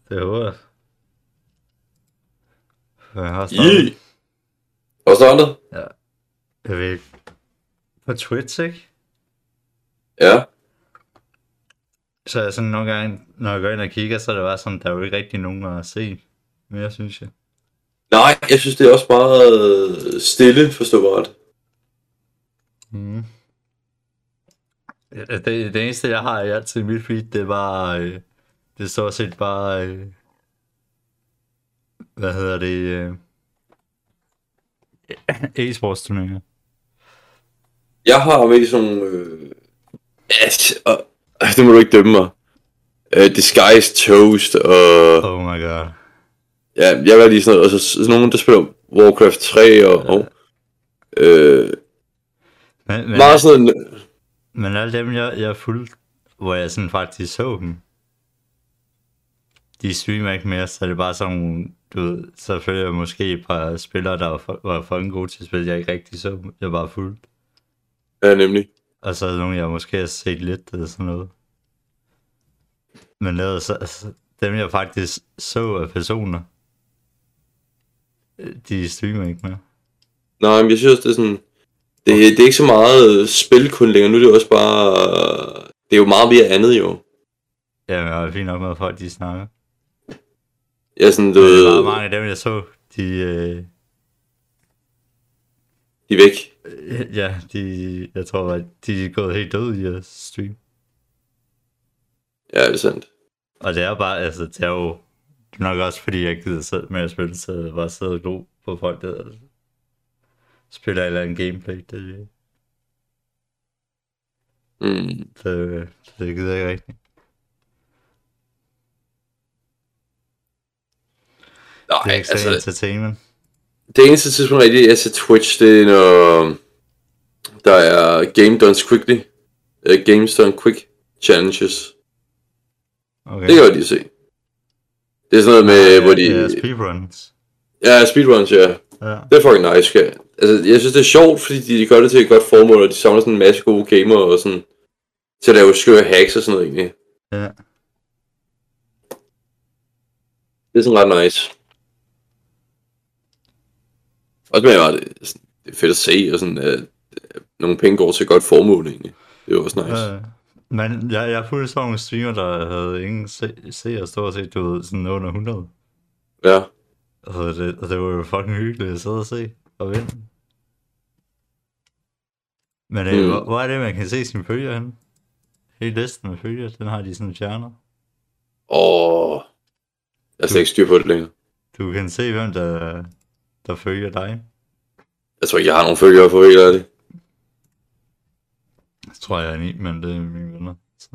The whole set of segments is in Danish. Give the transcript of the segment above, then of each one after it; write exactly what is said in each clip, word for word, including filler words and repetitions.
Det håber jeg. For jeg har Yeah. startet. Har du startet? Ja. Jeg ved ikke. På Twitch, ikke? Ja. Så er sådan nogle gange, når jeg går ind og kigger, så er det bare sådan, der er jo ikke rigtig nogen at se mere, synes jeg. Nej, jeg synes, det er også meget stille, forstå mig ret. Mm. Det, det eneste, jeg har i altid i mit feed, det er bare, øh, det er stort set bare, øh, hvad hedder det, øh, e-sports turneringer. Jeg har med i sådan nogle... Øh, ass, og, det må du ikke dømme mig. Uh, Disguised Toast og... Oh my god. Ja, jeg var lige sådan noget, og så sådan nogen, der spiller Warcraft tre og... og øh, Men, men, meget sådan noget... men alle dem, jeg, jeg fulgte, hvor jeg sådan faktisk så dem, de streamer ikke mere, så det er bare sådan, du ved, så følger jeg måske et par spillere, der var, var fucking gode til at spille, jeg ikke rigtig så, jeg bare fulgte. Ja, nemlig. Og så er der nogle, jeg måske har set lidt, eller sådan noget. Men ellers, så, dem jeg faktisk så af personer, de streamer ikke mere. Nej, men jeg synes, det er sådan... Det, det er ikke så meget spil kun længere, nu er det også bare... Det er jo meget mere andet, jo. Ja, men jeg er fint nok med, at folk de snakker. Ja, sådan, du Men ved... meget mange af dem, jeg så, de... Øh, De er væk. ja, de... Jeg tror, at de er gået helt døde i at streame. Ja, det er sandt. Og det er bare, altså, det er jo... Det er nok også, fordi jeg gider selv med at spille, så jeg bare sidder og glo på folk, der altså, spiller et eller andet gameplay. Det, Mm. det, det gider jeg ikke rigtigt. Nej, Det er ikke så altså... entertainment. Det eneste tidspunkt rigtigt, jeg ser Twitch, det er når der er Game Done Quickly. Uh, Games Done Quick Challenges. Okay. Det kan jeg lige se. Det er sådan noget med, ja, hvor de... Ja, speedruns. Ja, speedruns, ja. Ja. Det er fucking nice, ja. Altså, jeg synes, det er sjovt, fordi de gør det til et godt formål, og de samler sådan en masse gode gamere og sådan... til at lave skøre hacks og sådan noget, egentlig. Ja. Det er sådan ret nice. Også med, at det, det er fedt at se, og sådan, at nogle penge går til et godt formål, egentlig. Det er jo også nice. Ja. Men jeg, jeg fulgte sådan nogle streamer, der havde ingen se- seere stort set, du ved, sådan under hundrede. Ja. Og det, og det var jo fucking hyggeligt at sidde og se og vinde. Men øh, Mm. hvor, hvor er det, man kan se sine følger henne? Hele listen med følger, den har de sådan fjerner. Åh, jeg har slet ikke styr på det længere. Du kan se, hvem der, der følger dig. Jeg tror ikke, jeg har nogen følgere for helt af det. Jeg tror, jeg er ni, men det er mine venner. Så.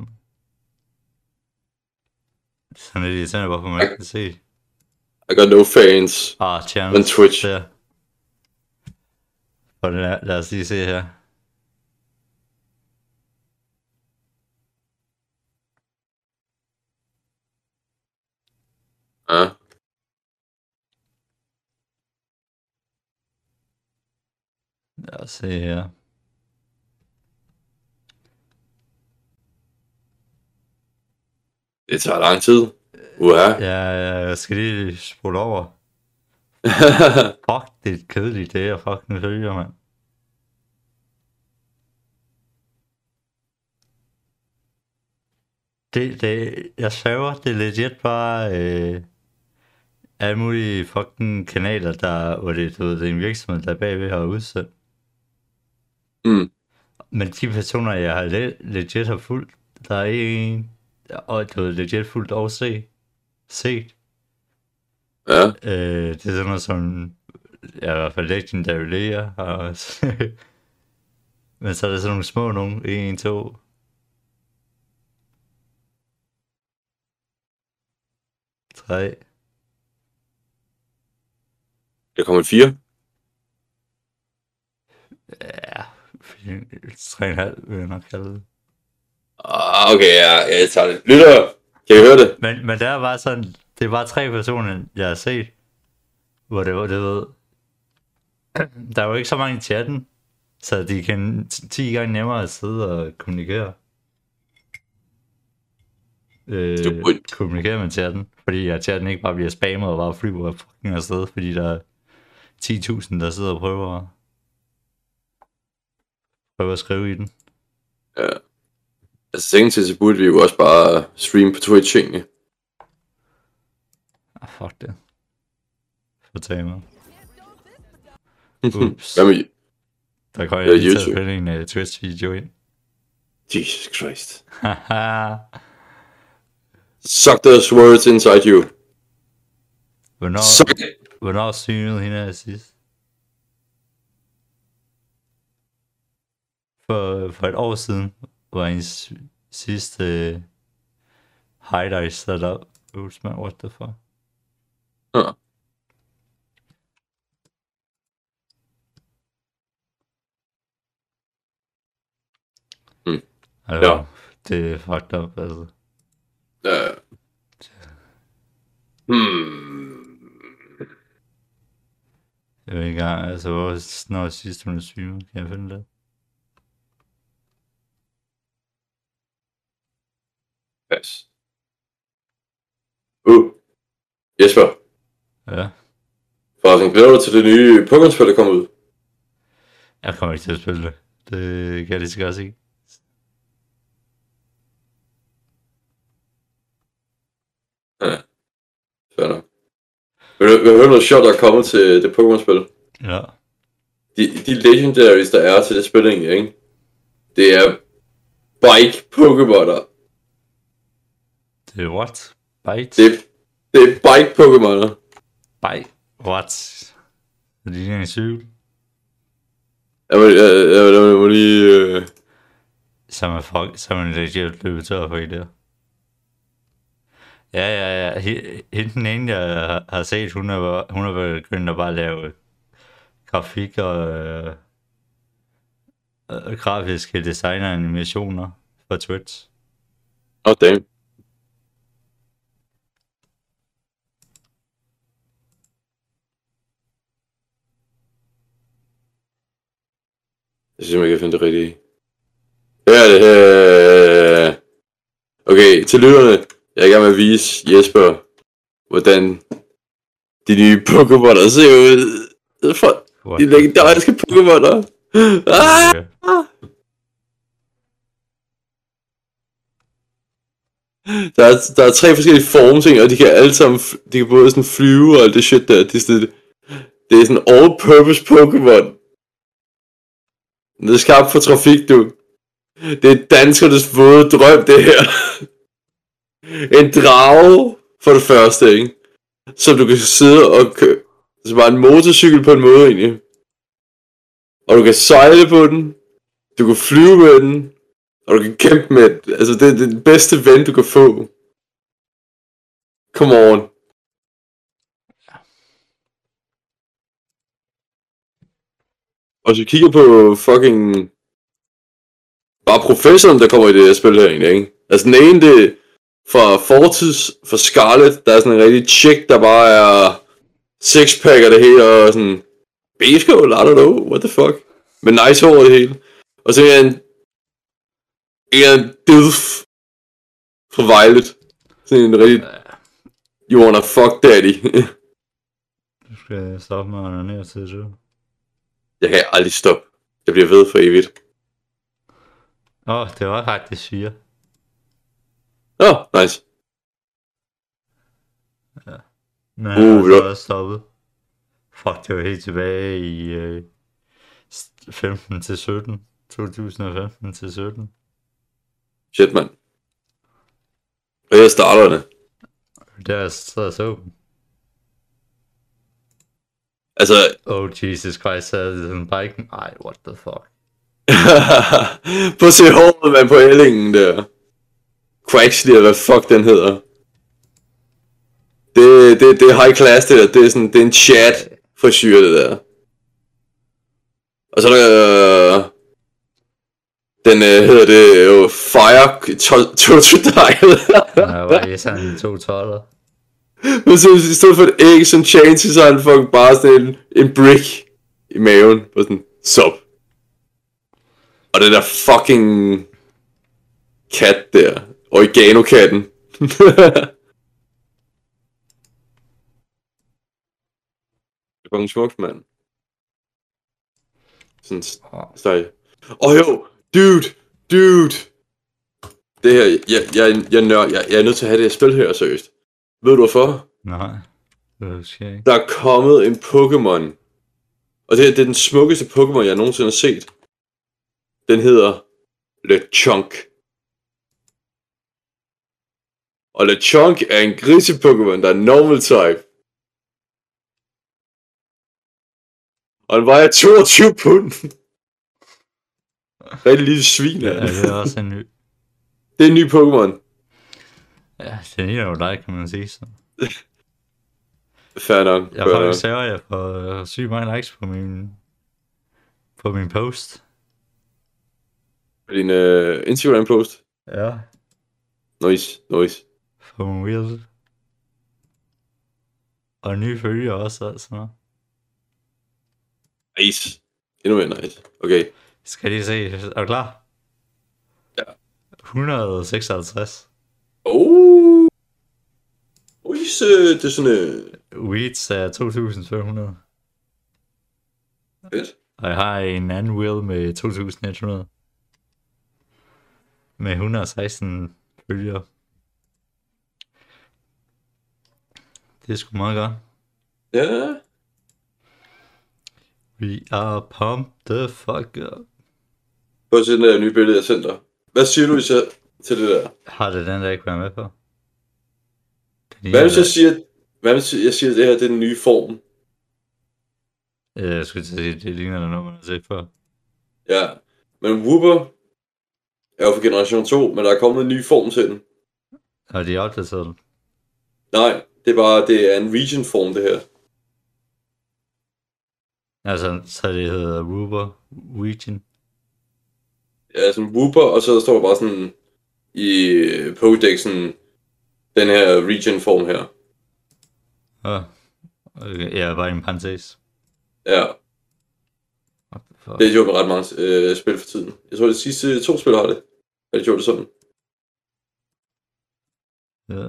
Sådan lidt irriterende, hvorfor man ikke kan se. I got no fans Ah, channel. on Twitch. Der. Og den er, lad os lige se her. Ja. Lad os se her. Det tager lang tid. Uha. Ja, jeg skal lige spole over. Fuck, det er kedeligt, det er fucking følger, mand. Det, det, jeg svæver, det er legit bare øh, alle mulige fucking kanaler, der, hvor det, du ved, det er en virksomhed, der bagved har udsendt. mm. Men de personer, jeg har le- legit har fulgt, der er en, og du ved, legit fulgt og se, set. Ja. Øh, det er sådan noget som, ja, i hvert fald Legendary Layer har også. Men så er der sådan nogle små nogle, en, to. Tre. Der kommer et fire. Ja, tre og en halv vil jeg nok kalde det. Ah, okay, ja, jeg tager det. Lytter, kan I høre det? Men, men der var sådan, det er bare tre personer, jeg har set, hvor det var, det ved. Der er jo ikke så mange i chatten, så de kan ti gange nemmere at sidde og kommunikere. øh, kommunikere med chatten, fordi at chatten ikke bare bliver spammet og bare flyver fucking afsted, fordi der er ti tusind, der sidder og prøver at, prøver at skrive i den. Ja. Altså, tænk til, så burde vi jo også bare streame på Twitch, egentlig. Ah, fuck det. Fortag mig. Ups. Hvad med... Der kommer jeg lige til at finde en uh, Twitch-video ind. Jesus Christ. Suck those words inside you. Hvornår, Suck it. Hvornår synede hende af sidst? For, for et år siden var hendes sidste uh, highlight sat op. Oops, man, what the fuck? Huh. Hmm. Altså, ja. Det er fucked up, altså. Uh. Hmm. Jeg ved ikke engang, altså, hvor snart sidst hun er syg, kan jeg finde det? Pas. Uh. Jesper. Ja? Forresten, glæder du til det nye Pokémon-spil, der kommer ud? Jeg kommer ikke til at spille det. Det kan jeg lige så godt sige. Ja. Fair nok. Vil du høre noget sjovt, der er kommet til det Pokémon-spil? Ja. De, de legendaries, der er til det spil, ikke? Det er bike Pokémoner. Det er what? Bite? Det, det er bike Pokémoner. Bite? What? Det ligner en cykel. Jeg må, jeg, jeg, jeg må lige... Øh... Så man, fuck, så man legit løbet tør for i det. Ja, ja, ja. Hende den ene, jeg har, har set, hun er, hun er begyndt at bare lave grafik og, øh, og grafiske designer og animationer for Twitch. Oh, damn. Jeg synes, man kan finde det rigtige. Ja, det her. Okay, til lytterne. Jeg er i gang med at vise Jesper, hvordan de nye Pokémoner ser ud. For de legendariske Pokémoner. Ah! Der er, der er tre forskellige formting, og de kan alle sammen, de kan både sådan flyve og alt det shit der. Det er sådan, det er sådan all-purpose Pokémon. Det er skarpt for trafik, du. Det er danskernes våde drøm, det her. En drage, for det første, ikke? Som du kan sidde og køre. Det er bare en motorcykel på en måde, egentlig. Og du kan sejle på den. Du kan flyve med den. Og du kan kæmpe med den. Altså, det er den bedste ven, du kan få. Come on. Og hvis vi kigger på fucking... Bare professoren, der kommer i det her spil her, egentlig, ikke? Altså, den ene, det fra Fortis, fra Scarlet, der er sådan en rigtig chick, der bare er sixpack og det hele, og sådan B-skål, I don't know, what the fuck. Med nice hår og det hele. Og så er en en af en dilf fra Violet. Sådan en rigtig you wanna fuck daddy. Du skal stoppe med at ned til det. Jeg kan aldrig stoppe. Jeg bliver ved for evigt. Åh, oh, det var faktisk fire. Åh, oh, nice. Ja. Men uh, jeg har også stoppet. Fuck, det var helt tilbage i øh, femten til sytten. to tusind og femten til sytten. Shit, mand. Og jeg starter det. Det er så så. Altså... Oh, Jesus Christ, så er det sådan biken. Ej, what the fuck. Prøv at se håret, man, på ellingen der. Quaxley, hvad fuck den hedder. Det, det, det er high class, det der. Det er sådan, det er en chat frisyr, det der. Og så er der... Øh, den øh, hedder det jo Fire Totodile. Ja, var i sådan en to toller. Men så i stedet for et æg som change, så er han fucking bare sådan en, en brick i maven. Og sådan, sup. Og den der fucking kat der, Oregano-katten Det var en smukt, mand. Sådan stejl. Åh oh, jo, dude, dude. Det her, jeg, jeg, jeg, nør, jeg, jeg er nødt til at have det her spil her, seriøst. Ved du hvorfor? Nej, det skal jeg ikke. Der er kommet en Pokémon. Og det, det er den smukkeste Pokémon, jeg nogensinde har set. Den hedder Lechonk. Og Lechonk er en grise-Pokémon, der er normal type. Og den vejer toogtyve pund. Rigtig lille svin. Ja, det er også en ny. Det er en ny Pokémon. Ja, det ligner jo dig, kan man sige så. Fair nok. Jeg har faktisk server, jeg får sygt mange likes på min, på min post. På din uh, Instagram-post? Ja. Nice, nice. For min wheel. Og nye følger også, altså. Nice. Endnu mere nice. Okay. Skal lige se, er du klar? Ja. et hundrede og seksoghalvtreds. Oh. Ui, det er sådan uh... Weeds er to tusind fem hundrede. Fedt. Og jeg har en anden wheel med to tusind et hundrede. Med et hundrede og seksten følger. Det er sgu meget godt. Ja. We are pumped the fuck up. Prøv at se den der nye billede, jeg sendte dig. Hvad siger du så til det der? Har det den der ikke været med på? Hvad hvis jeg siger, hvad hvis jeg siger, at det her det er den nye form? Jeg skulle til at sige, det ligner der noget, man har set før. Ja, men Wooper er jo for generation to, men der er kommet en ny form til den. Og de er opdateret. Nej, det er bare, det er en region form, det her. Altså, så det hedder Wooper Region. Ja, sådan Wooper, og så står der bare sådan i Podexen, den her region form her. Ja, okay. Ja, bare en parentes. Ja. Det er jo med ret mange øh, spil for tiden. Jeg tror, det sidste to spil har det. Er det gjort det sådan? Ja.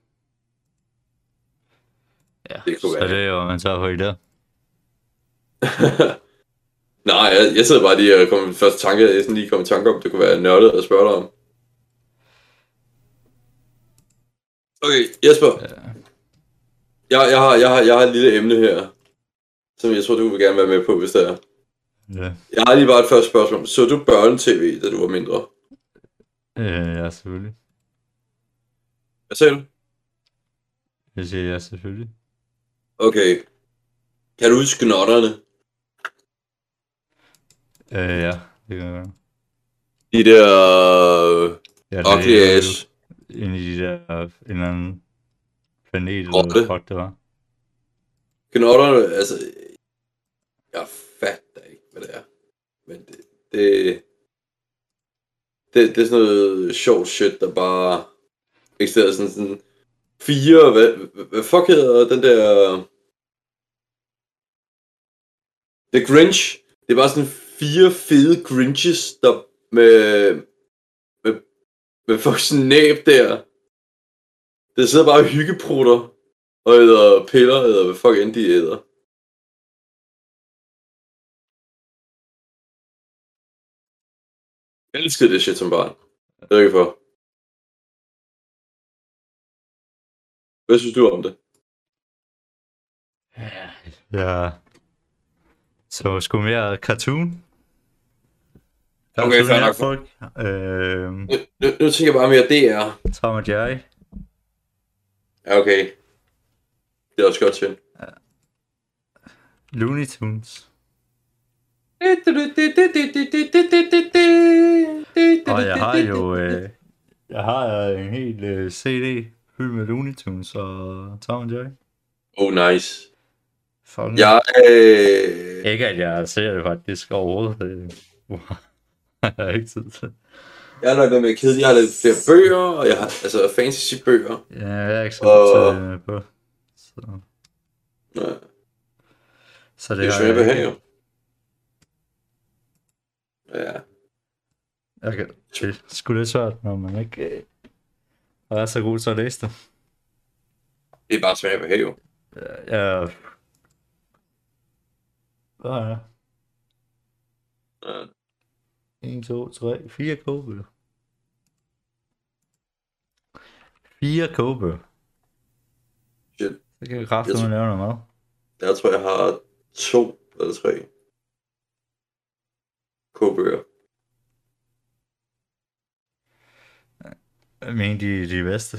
Ja, det så det er jo, man tager på i der. Nej, jeg, jeg sidder bare lige og kommer med første tanke, jeg sådan lige kom i tanke om, det kunne være nørdet at spørge dig om. Okay, Jesper. Ja. Jeg, jeg, har, jeg, har, jeg har et lille emne her, som jeg tror, du vil gerne være med på, hvis det er. Ja. Jeg har lige bare et første spørgsmål. Så du børne-tv, da du var mindre? Øh, ja, selvfølgelig. Hvad sagde du? Jeg siger ja, selvfølgelig. Okay. Kan du huske Gnotterne? Øh, ja, det kan jeg gøre. De der ja, ugly ass. Inde i de der, en eller anden planet, eller Grotte. hvad fuck det var. Gnotterne, altså... Jeg fatter ikke, hvad det er. Men det... Det, det, det er sådan noget sjovt shit, der bare... eksisterer sådan sådan... Fire... Hvad, hvad fuck hedder den der... The Grinch. Det er bare sådan fire fede Grinches, der med... Med, med fucking næb der. Det sidder bare hyggeprutter. Og æder piller, eller hvad fuck end de æder. Jeg elskede det shit som barn. Jeg ved ikke for. Hvad synes du om det? Ja. Så sgu mere cartoon. Okay, fair nok. Folk. Øh, Nu, nu, nu tænker jeg bare mere, det er... Tom og Jerry. Ja, okay. Det er også godt til. Ja. Looney Tunes. Og jeg har jo øh, jeg har en hel øh, C D fyldt med Looney Tunes og Tom og Jerry. Oh, nice. Fucking. Jeg, øh... Ikke at jeg ser det faktisk overhovedet. Det jeg har ikke tid til. Jeg har nok været med kedelig. Jeg har lavet flere bøger, og jeg har altså fantasy bøger. Ja, jeg er ikke så og... til på. Så. Ja. Så det, det er har svært jeg... her, jo. Ja. Okay. Det er sgu lidt svært, når man ikke, og er så god til at læse det. Det er bare smag på have. Ja. Hvad er det? Ja. en, to, tre, fire kogebøger. Fire kogebøger. Shit. Så kan vi kraftigt lave noget mad. Jeg tror, jeg har to eller tre kogebøger. Jeg mener, de er de bedste.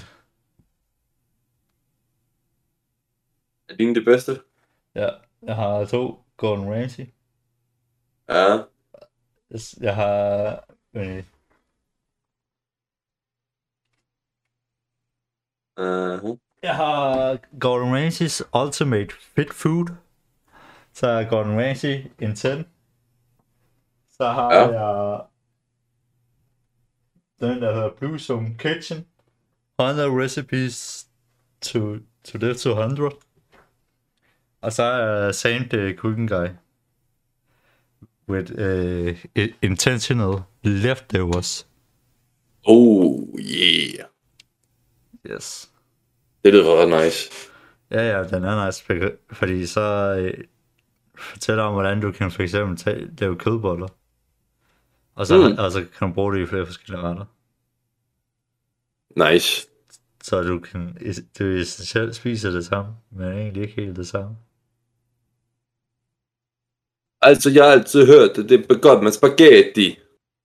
Er dine det bedste? Ja, jeg har to Gordon Ramsay. Ja. Jeg har... Øh, Uh-huh. jeg har Gordon Ramsays Ultimate Fit Food. Så har jeg Gordon Ramsay in ti. Så har Ja. jeg den, der hedder Blue Zone Kitchen. hundrede recipes to, to live to hundrede. Og så har jeg Saint uh, Cooking Guy. With uh, intentional leftovers. Oh, yeah. Yes. Det lyder ret nice. Ja, ja, den er nice, fordi så øh, fortæller om, hvordan du kan for eksempel tage, lave kødboller. Og så, mm. og så kan du bruge det i flere forskellige retter. Nice. Så du kan du essentielt spise det samme, men egentlig ikke helt det samme. Altså, jeg har altid hørt, at det er godt med spaghetti.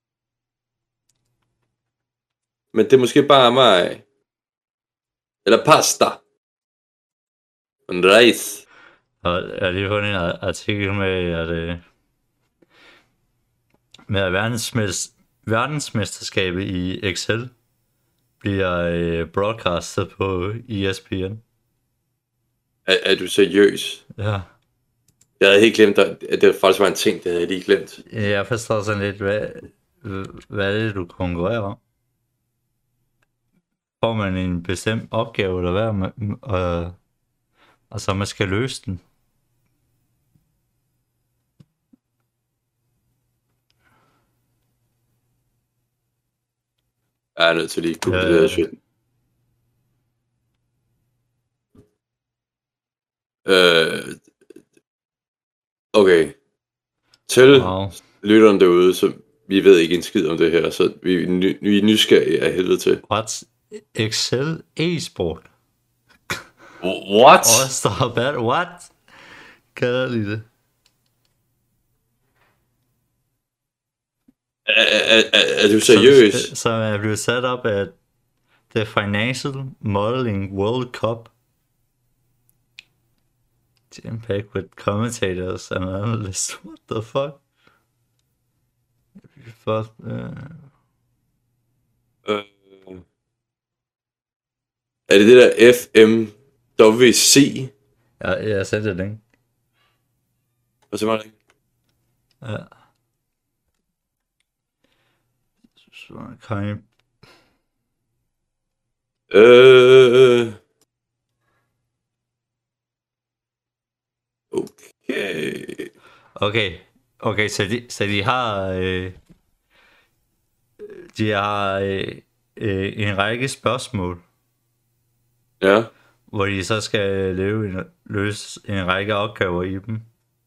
Men det er måske bare mig. Eller pasta. En rice. Og jeg har lige fundet en artikel med, at øh, med at verdensmest, verdensmesterskabet i Excel bliver øh, broadcastet på E S P N. Er, er du seriøs? Ja. Jeg havde helt glemt, at det faktisk var en ting, det havde jeg lige glemt. Jeg forstår sådan lidt, hvad, hvad er det, du konkurrerer om? Får man en bestemt opgave, eller hvad, man, og, og så man skal løse den? Jeg er nødt til lige at google Ja, det ja. der shit. Øh, okay. Til Wow. lytteren derude, så vi ved ikke en skid om det her, så vi, ny, vi er nysgerrige af helvede til. What? Excel e-sport? What? Oh, stop that. What? Kalder de det? Er, er, er, er du seriøs? Som, som er blevet sat op af The Financial Modeling World Cup. Jam packed with commentators and analysts. What the fuck? First, uh... Øh, er det det der F M W C? Ja, jeg sendte det link. Hvad så var det? Ja. Så kan jeg... Øh... Okay. Okay, okay, så de, så de har... Øh, de har øh, øh, en række spørgsmål, Ja. hvor de så skal leve en, løse en række opgaver i dem.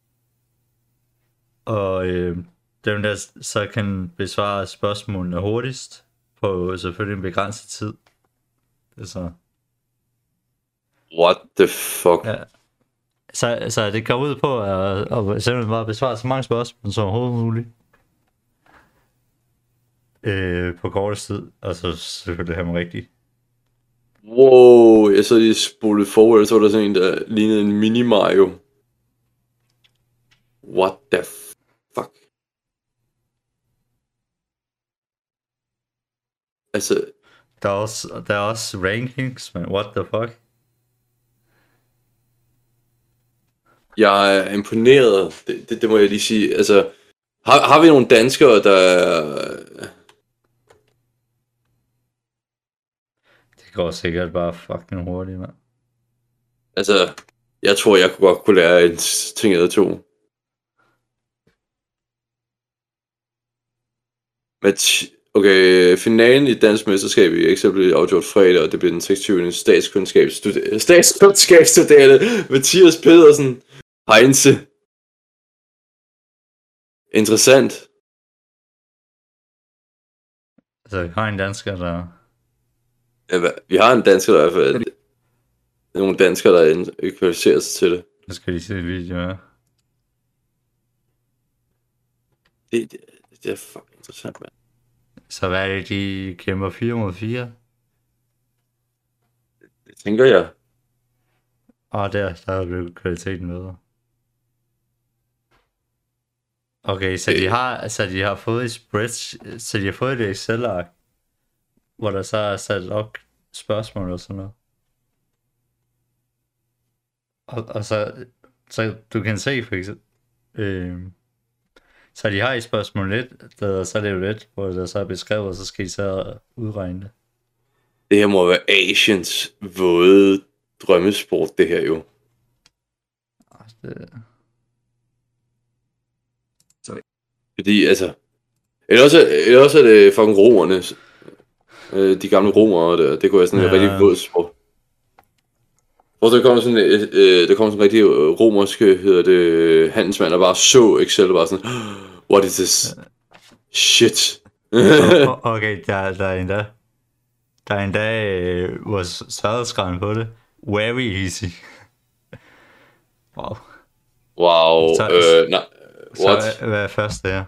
Og øh, dem, der så kan besvare spørgsmålene hurtigst, på selvfølgelig en begrænset tid. Det er så... What the fuck? Ja. Så, så det går ud på at, at simpelthen bare besvare så mange spørgsmål som overhovedet muligt. Øh, på kortest tid. Og så selvfølgelig have dem rigtigt. Wow, jeg så lige spolet forward, så var der sådan en, der lignede en mini Mario. What the fuck? Altså, Der er også, der er også rankings, men what the fuck? jeg er imponeret, det, det, det må jeg lige sige. Altså, har, har vi nogle danskere, der... Det går sikkert bare fucking hurtigt, mand. Altså, jeg tror, jeg kunne godt kunne lære en ting eller to. Men Okay, finalen i dansk mesterskab i eksempel afgjort fredag, og det bliver den seksogtyvende statskundskabsstuderende, statskundskabsstuderende Mathias Pedersen Heinze. Interessant. Altså, vi har en dansker, der... Ja, vi har en dansker, der i hvert fald... Nogle danskere, der kvalificerer sig til det. Nu skal de se en video, ja. Det, det, det er fucking interessant, mand. Så hvad er det, de kæmper fire mod fire? Det tænker jeg. Og der, der er jo kvaliteten med. Okay, så de har, så de har fået et spreadsheet, så de har fået et Excel-ark, hvor der så er sat op spørgsmål og sådan noget. Og, og så, så du kan se for eksempel, øh, så de har i spørgsmål et, der så er det jo lidt, hvor der så er beskrevet, og så skal de så udregne det. Det her må være Asians våde drømmesport, det her jo. Det... Sorry. Fordi, altså... Eller også, eller også er det fucking romerne. De gamle romere, der. Det kunne være sådan ja. En rigtig våd sport. Hvor der kommer sådan, øh, der kommer sådan en rigtig romerske, hedder det, handelsmand, der bare så Excel, og bare sådan, what is this shit? Okay, der, der er endda, der er endda øh, vores sværhedsgraden på det. Very easy. Wow. Wow, så, øh, nej, what? Så hvad er først der?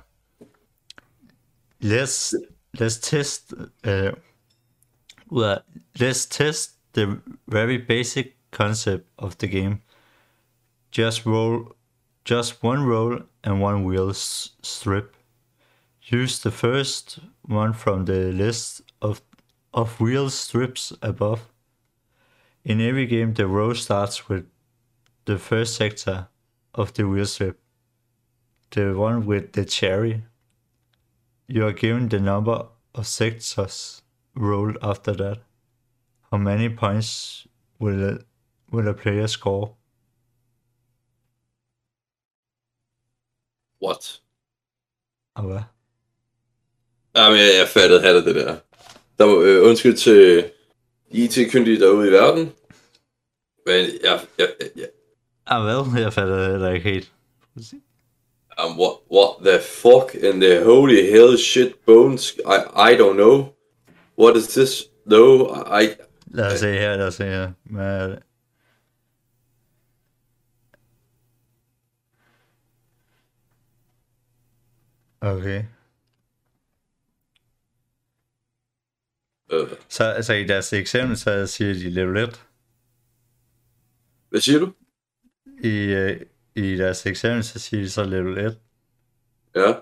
Let's, let's test, uh, well, let's test the very basic concept of the game. Just roll, just one roll and one wheel strip. Use the first one from the list of of wheel strips above. In every game, the roll starts with the first sector of the wheel strip, the one with the cherry. You are given the number of sectors rolled after that. How many points will a, will a player score? What? Og hvad? Jamen, jeg, jeg fattede halvt det der. Der var øh, undskyld til I T-kyndige derude i verden. Men jeg... jeg, jeg Ah, hvad? Jeg fattede heller ikke helt. Um, what, what the fuck in the holy hell shit bones? I, I don't know. What is this? No, I... Lad os se her, lad os se her. Hvad er det? Okay. Øh. Så altså, i deres eksempel, så siger de level et. Hvad siger du? I, uh, i deres eksempel, så siger de så level et. Ja.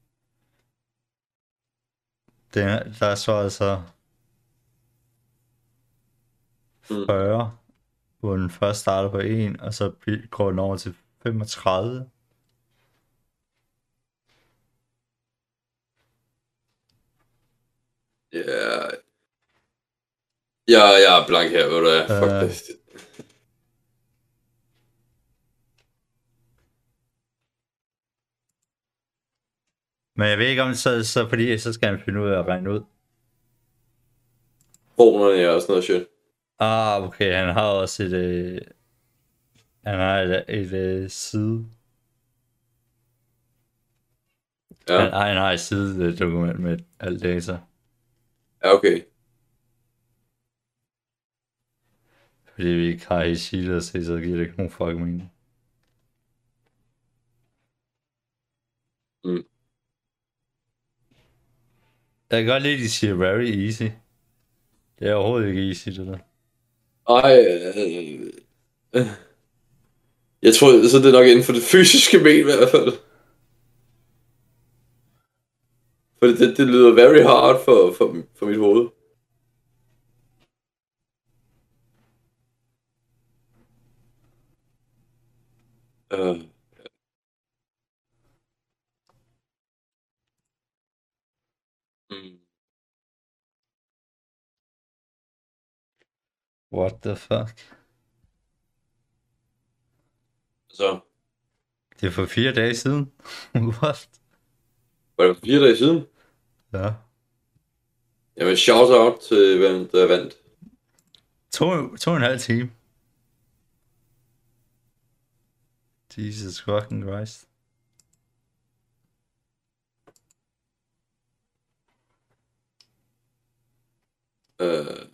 Det, der er så altså fyrre, mm. hvor den først starter på en, og så går den over til femogtredive. Ja. Yeah. Ja, jeg er blank her, ved du hvad? Fuck uh, det. Men jeg ved ikke om det så, så fordi så skal han finde ud af at regne ud. Kronerne ja, og sådan noget shit. Ah, okay, han har også et, øh, han har et, et, et øh, side. Ja. Han, han har et side dokument med alt data. Ja, okay. Fordi vi ikke har i sheet at se, så giver det ikke nogen fucking mening. Mm. Jeg kan godt lide, at de siger very easy. Det er overhovedet ikke easy, det der. Ej, øh, øh. Jeg tror, så det er nok inden for det fysiske men i hvert fald. For det, det lyder very hard for, for, for mit hoved. Uh. Mm. What the fuck? Så. Det er for fire dage siden. What? Var det for fire dage siden? Ja. Jamen, shout out til hvem der vandt. To, to og en halv time. Jesus fucking Christ. Øh.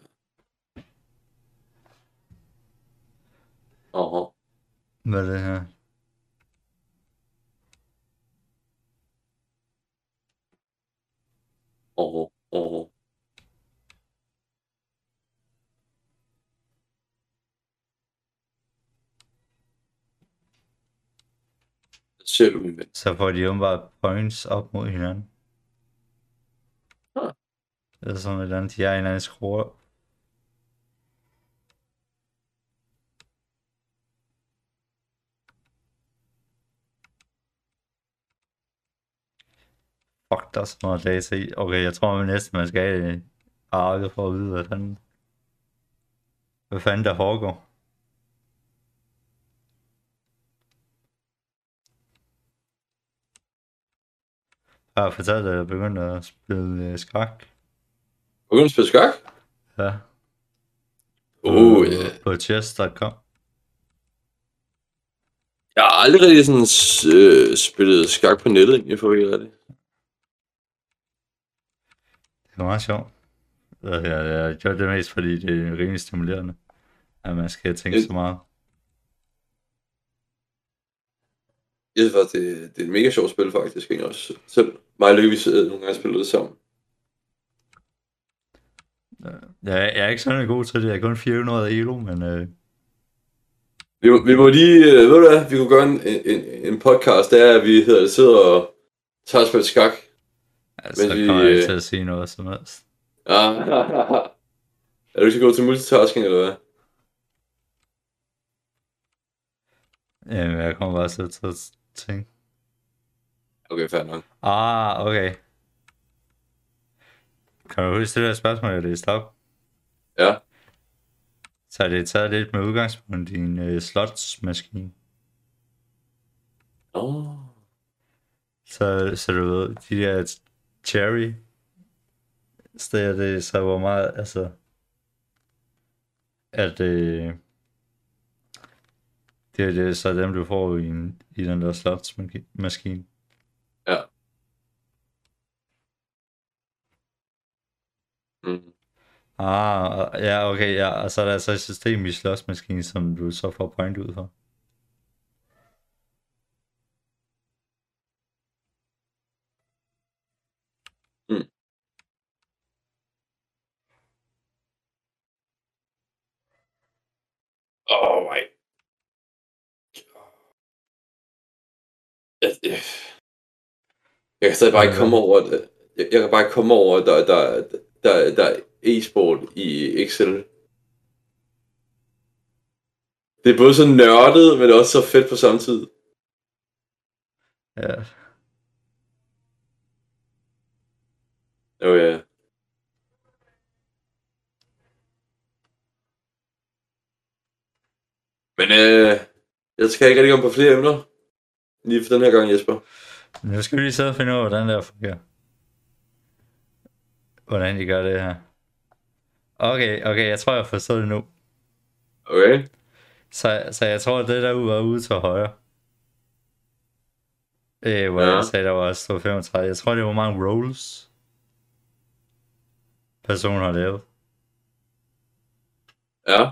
Aha. Hvad er det her? Aha. Aha. Ser du min ven? Så får de jo bare points op mod hinanden. Ah. Det er sådan et eller andet, de er en eller anden score. Fuck, der er så meget data i. Okay, jeg tror, at næsten man skal have arket for at vide, hvad fanden, hvad fanden der foregår. Jeg har fortalt, at jeg begyndte at spille skak. Begyndte at spille skak? Ja. Oh, ja. Yeah. På chess punktum com. Jeg har aldrig rigtig sådan øh, spillet skak på nettet, egentlig, for at være det. Det er meget sjovt. Jeg, jeg, jeg gør det mest, fordi det er rimelig stimulerende, at man skal tænke det, så meget. Jeg synes faktisk, det, det er et mega sjovt spil, faktisk. Egentlig også. Selv mig og Lykke, vi nogle gange spiller det sammen. Ja, jeg er ikke sådan god til det. Jeg er kun fire hundrede elo, men... Øh... Vi, må, vi må lige... Øh, ved du hvad? Vi kunne gøre en, en, en podcast, der at vi hedder, sidder og tager spil skak. Ja, så vi, kommer jeg ikke til at sige noget som helst. Ja, er du ikke så god til multitasking, eller hvad? Jamen, jeg kommer bare til at tænke. Okay, fair nok. Ah, okay. Kan du huske det der spørgsmål, jeg læste op? Ja. Så er det taget lidt med udgangspunkt i din øh, slotsmaskine. Åh. Oh. Så, så du ved, de der cherry steder, det så hvor meget, altså, at øh, det er det, så dem, du får i, en, i den der slotsmaskine. Ja. Mm. Ah, ja, okay, ja, og så er der altså et system i slotsmaskinen, som du så får point ud for. Mm. Oh my. Jeg, jeg, jeg kan stadig bare ikke komme over det. Jeg, jeg kan bare ikke komme over, der, der, der, der er e-sport i Excel. Det er både så nørdet, men også så fedt på samme tid. Ja. Jo, ja. Men øh, jeg skal ikke rigtig komme på flere emner. Lige for den her gang, Jesper. Nu skal vi lige sidde og finde ud af, hvordan det her fungerer. Hvordan de gør det her. Okay, okay, jeg tror, jeg forstår det nu. Okay. Så, så jeg tror, at det der var ude til højre. Øh, hvor ja. jeg sagde, der var også femogtredive. Jeg tror, det var mange rolls, personen har lavet. Ja.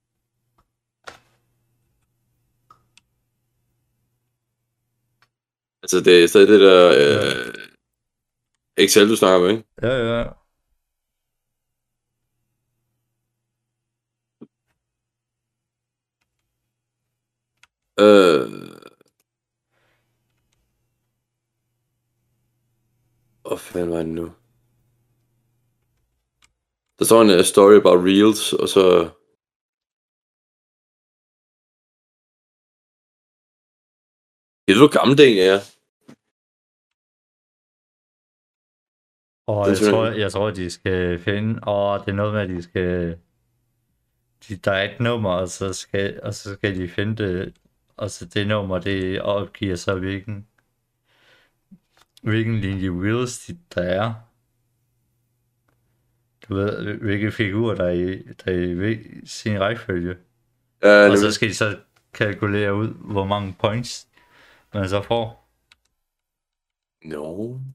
Altså, det er stadig det der øh, Excel, du snakker med, ikke? Ja, ja. Øh... Hvad fanden var det nu? Der står en uh, story about reels, og så... Jeg ved, hvor gammel det egentlig er. Og jeg tror, jeg tror, de skal finde... Og det er noget med, at de skal... De, der er et nummer, og så skal, og så skal de finde det... Og så det nummer, det opgiver så, hvilken... Hvilken linje reels der er. du ved, hvilke figurer, der er i, der er i sin rækkefølge. Ja, Og så skal de så kalkulere ud, hvor mange points man så får. No.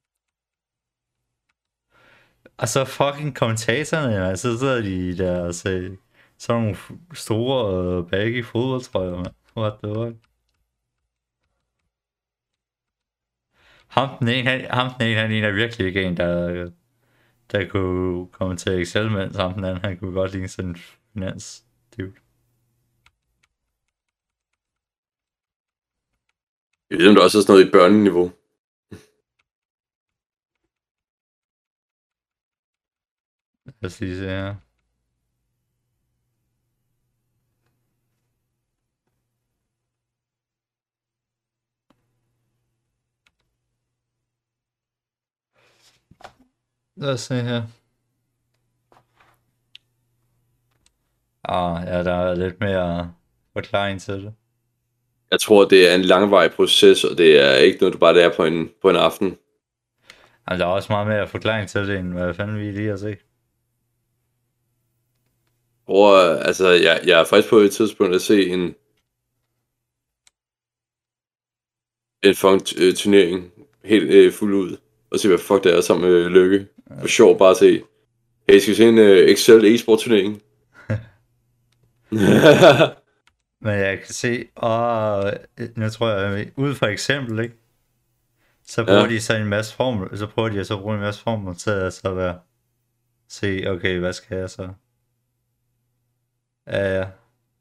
Og så fucking kommentatorerne, altså, så sidder de der og siger, sådan nogle store uh, baggy fodboldtrøjer, man. What the fuck? Ham den ene, han, ham den ene, han ligner virkelig ikke en, der, der kunne komme til Excel, mens ham den anden, han kunne godt ligne sådan en finans dude. Jeg ved, om der også er sådan noget i børneniveau. Lad os lige se her. Lad os se her. Ah, ja, der er lidt mere forklaring til det. Jeg tror, det er en langvarig proces, og det er ikke noget, du bare lærer på en, på en aften. Altså, der er også meget mere forklaring til det, end hvad fanden vi lige har set. Og altså, jeg, jeg er faktisk på et tidspunkt at se en en fucking øh, turnering helt øh, fuld ud, og se hvad fuck det er sammen med Lykke. For sjov bare at se. Hey, skal vi se en øh, Excel e-sport turnering? Men jeg kan se, og nu tror jeg, ud fra eksempel, ikke? Så bruger ja. de så en masse formel, så prøver de at så bruge en masse formel til at så være, se, okay, hvad skal jeg så? Ja, ja.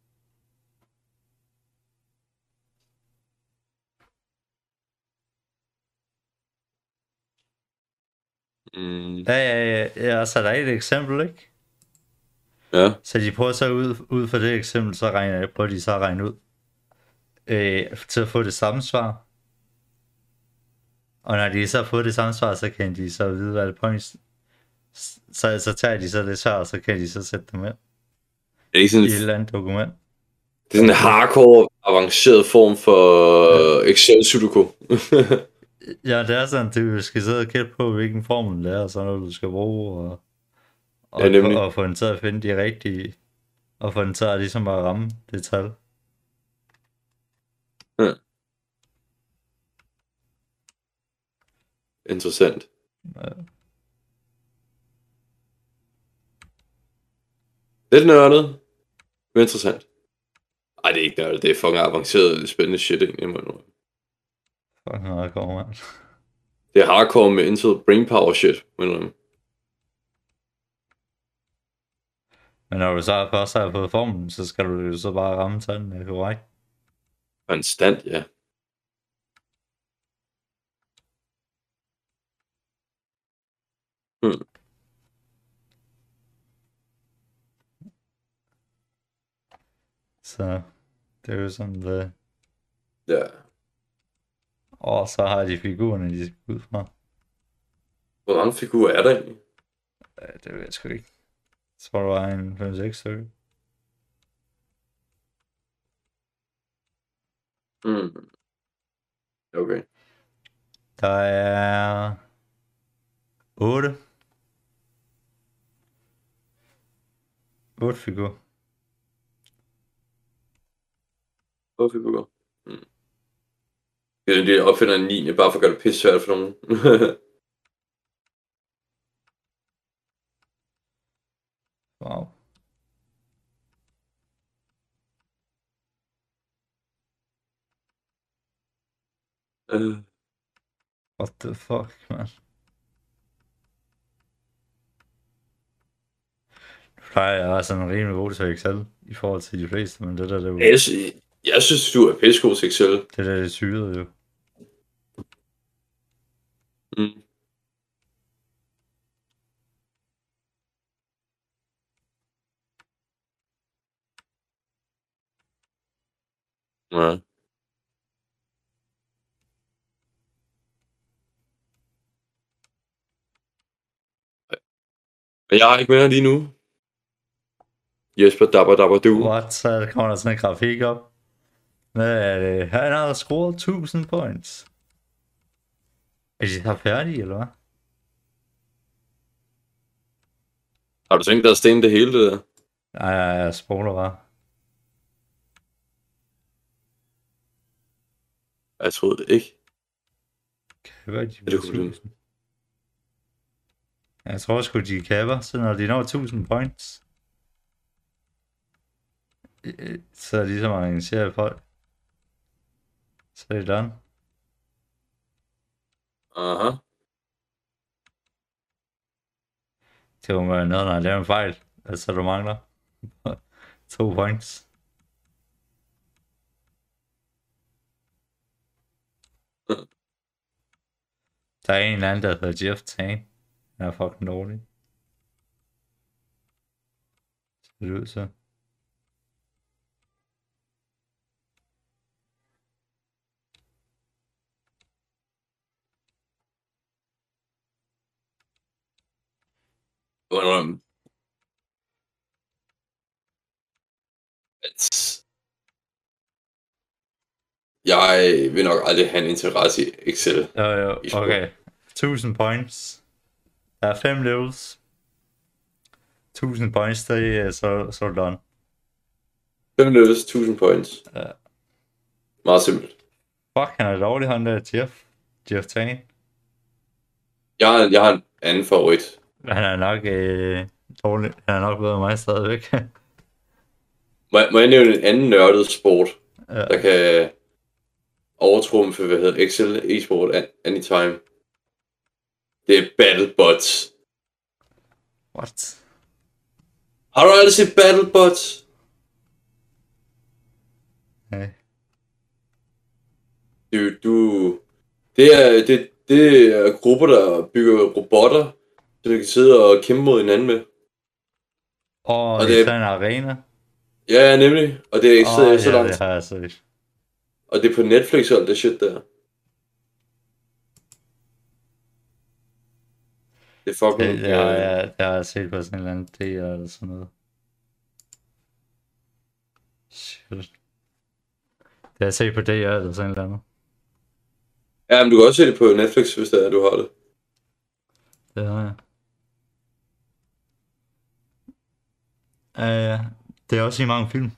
Mm. Ja, ja, ja, ja, så der er et eksempel, ikke? Ja. Så de prøver så ud, ud fra det eksempel, så regner, prøver de så at regne ud, øh, til at få det samme svar. Og når de så har fået det samme svar, så kan de så vide, hvad det points. Så, så tager de så det svar, og så kan de så sætte dem ind. Det er ikke sådan i et eller andet dokument. Det er sådan en hardcore, avanceret form for ja. Excel Sudoku. Ja, det er sådan, at du skal sidde og gætte på, hvilken formel det er, og sådan noget, du skal bruge, og, og, ja, og få den til at finde de rigtige, og få den til at ligesom at ramme det tal. Ja. Interessant. Ja. Lidt nørdet, men interessant. Ej, det er ikke nørdet, det er fucking avanceret, spændende shit, egentlig, må jeg Fucking hardcore, man. Det er hardcore med intet brain power shit, må jeg Men når du så først har fået formen, så skal du jo så bare ramme tallene, korrekt? Konstant, ja. Hmm. Så det er jo sådan det. Ja. Og så har de figurerne, de skal ud fra. Hvor mange figurer er der egentlig? Ja, det ved jeg sgu ikke. Jeg tror, der var en fem seks stykker. Hmm. Okay. Der er otte. otte figurer. otte figurer. Hmm. De opfinder en niende, bare for at gøre det pisse svært for nogen. Wow. Uh. What the fuck, man? Nej, jeg er sådan rimelig god til Excel i forhold til de fleste, men det der, det er jo... Jeg, sy- jeg synes, du er pissegod til Excel. Det der, det er syret jo. Mm. Ja. Men jeg har ikke mere lige nu. Jesper, dabber, dabber, du. What? Så kommer der sådan en grafik op. Hvad er det? Han har scoret tusind points. Er de så færdige, eller hvad? Har du tænkt dig at stene det hele, det der? Nej, jeg, jeg spoler bare. Jeg troede det ikke. Kapper, de Er det kunne tusind. Jeg tror sgu, de kapper, så når de når tusind points, så er de ligesom arrangeret folk. Så er det done. Aha. Det må være noget, når jeg laver en fejl. Altså, du mangler to points. Der er en eller anden, der hedder Jeff Tane. Han er fucking dårlig. Ser det ud så. Hvordan? Jeg vil nok aldrig have en interesse i Excel. Jo, jo, okay. tusind points. Der er fem levels. tusind points, det er så, så done. fem levels, tusind points. Ja. Meget simpelt. Fuck, han er dårlig, han der Jeff. Jeff Tane. Jeg har, jeg har en anden favorit. Han er nok øh, dårlig. Han er nok bedre end mig stadigvæk. Må jeg, må jeg nævne en anden nørdet sport, Ja. der kan overtrumfe, hvad hedder Excel e-sport an- anytime? Det er BattleBots. What? Har du aldrig set BattleBots? Nej. Du, du... Det er, det, det er grupper, der bygger robotter, så de kan sidde og kæmpe mod hinanden med. Og, Og det det er- er en arena. Ja, nemlig. Og det er ikke så, Åh, så ja, langt. det har jeg set. Og det er på Netflix og alt det shit der. Det er fucking... Det, det, har, øh, jeg, det har jeg set på sådan en eller anden D eller sådan noget. Shit. Det har jeg set på D R eller sådan et eller andet. Ja, men du kan også se det på Netflix, hvis det er, du har det. Det har jeg. Ja, ja. Det er også i mange film.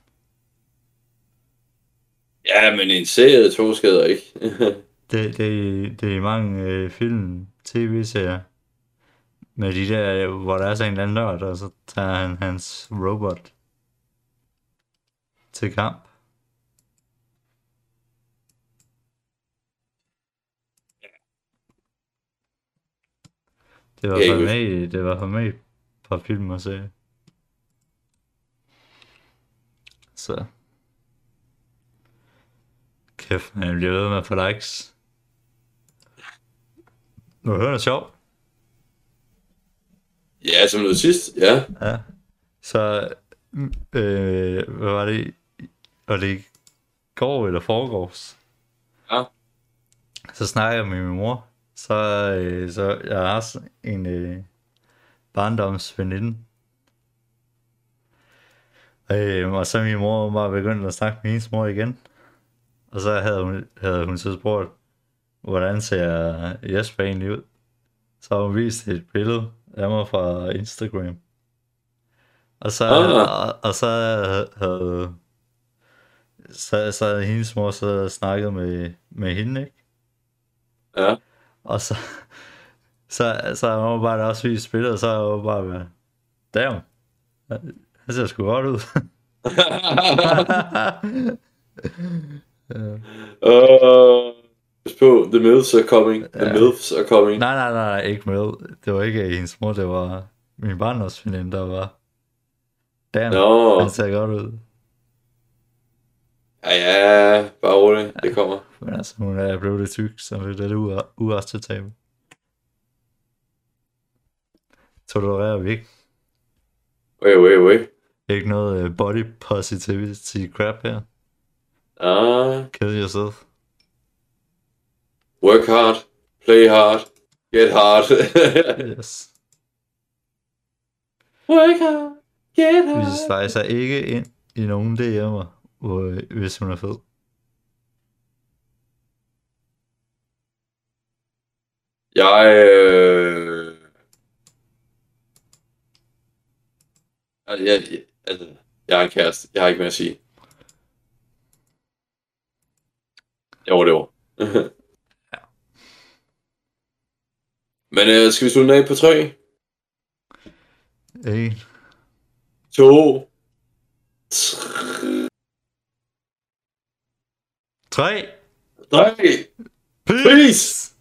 Ja, men en serie to skader ikke. Det, det, det er i mange øh, film, tv-serier. Med de der, hvor der er så en eller anden nørd, og så tager han hans robot til kamp. Det var Jeg for kan ikke med, i- det var for med på film og serie. Så. Kæft, han bliver ved med at få likes. Nu hører det sjovt. Ja, som noget sidst, ja. Ja. Så, øh, hvad var det? Var det i går eller foregårs? Ja. Så snakker jeg med min mor. Så, øh, så jeg har også en øh, barndomsveninde. Øh, og så min mor var begyndt at snakke med hendes mor igen. Og så havde hun, havde hun så spurgt, hvordan ser Jesper egentlig ud? Så har hun vist et billede af mig fra Instagram. Og så, Ah. og, og så havde så, så havde hendes mor så snakket med, med hende, ikke? Ja. Og så, så, så har hun bare også vist billedet, og så har hun bare været, damn, han ser sgu godt ud. Uh, Husk på, the milfs are coming. The Ja. milfs are coming. Nej, nej, nej, ikke med. Det var ikke hendes mor, det var min barndomsveninde, der var, damn, Nå. han ser godt ud. Ja, ja, bare roligt. Det kommer. Men altså, hun er blevet lidt tyk, så det er lidt u- uacceptabelt. Tolererer vi ikke. Wait, wait, wait. Ikke noget uh, body positivity crap her. Ah, Kill yourself. work hard. Play hard. Get hard. Yes. Work hard. Get hard. Vi slicer ikke ind i nogen D M'er, hvor, hvis hun er fed. Jeg... Øh... Jeg, jeg, altså, jeg har en kæreste. Jeg har ikke mere at sige. Jeg overdriver. Ja. Men øh, skal vi slutte den af på tre? En. To. Tre. Tre. Peace. Peace.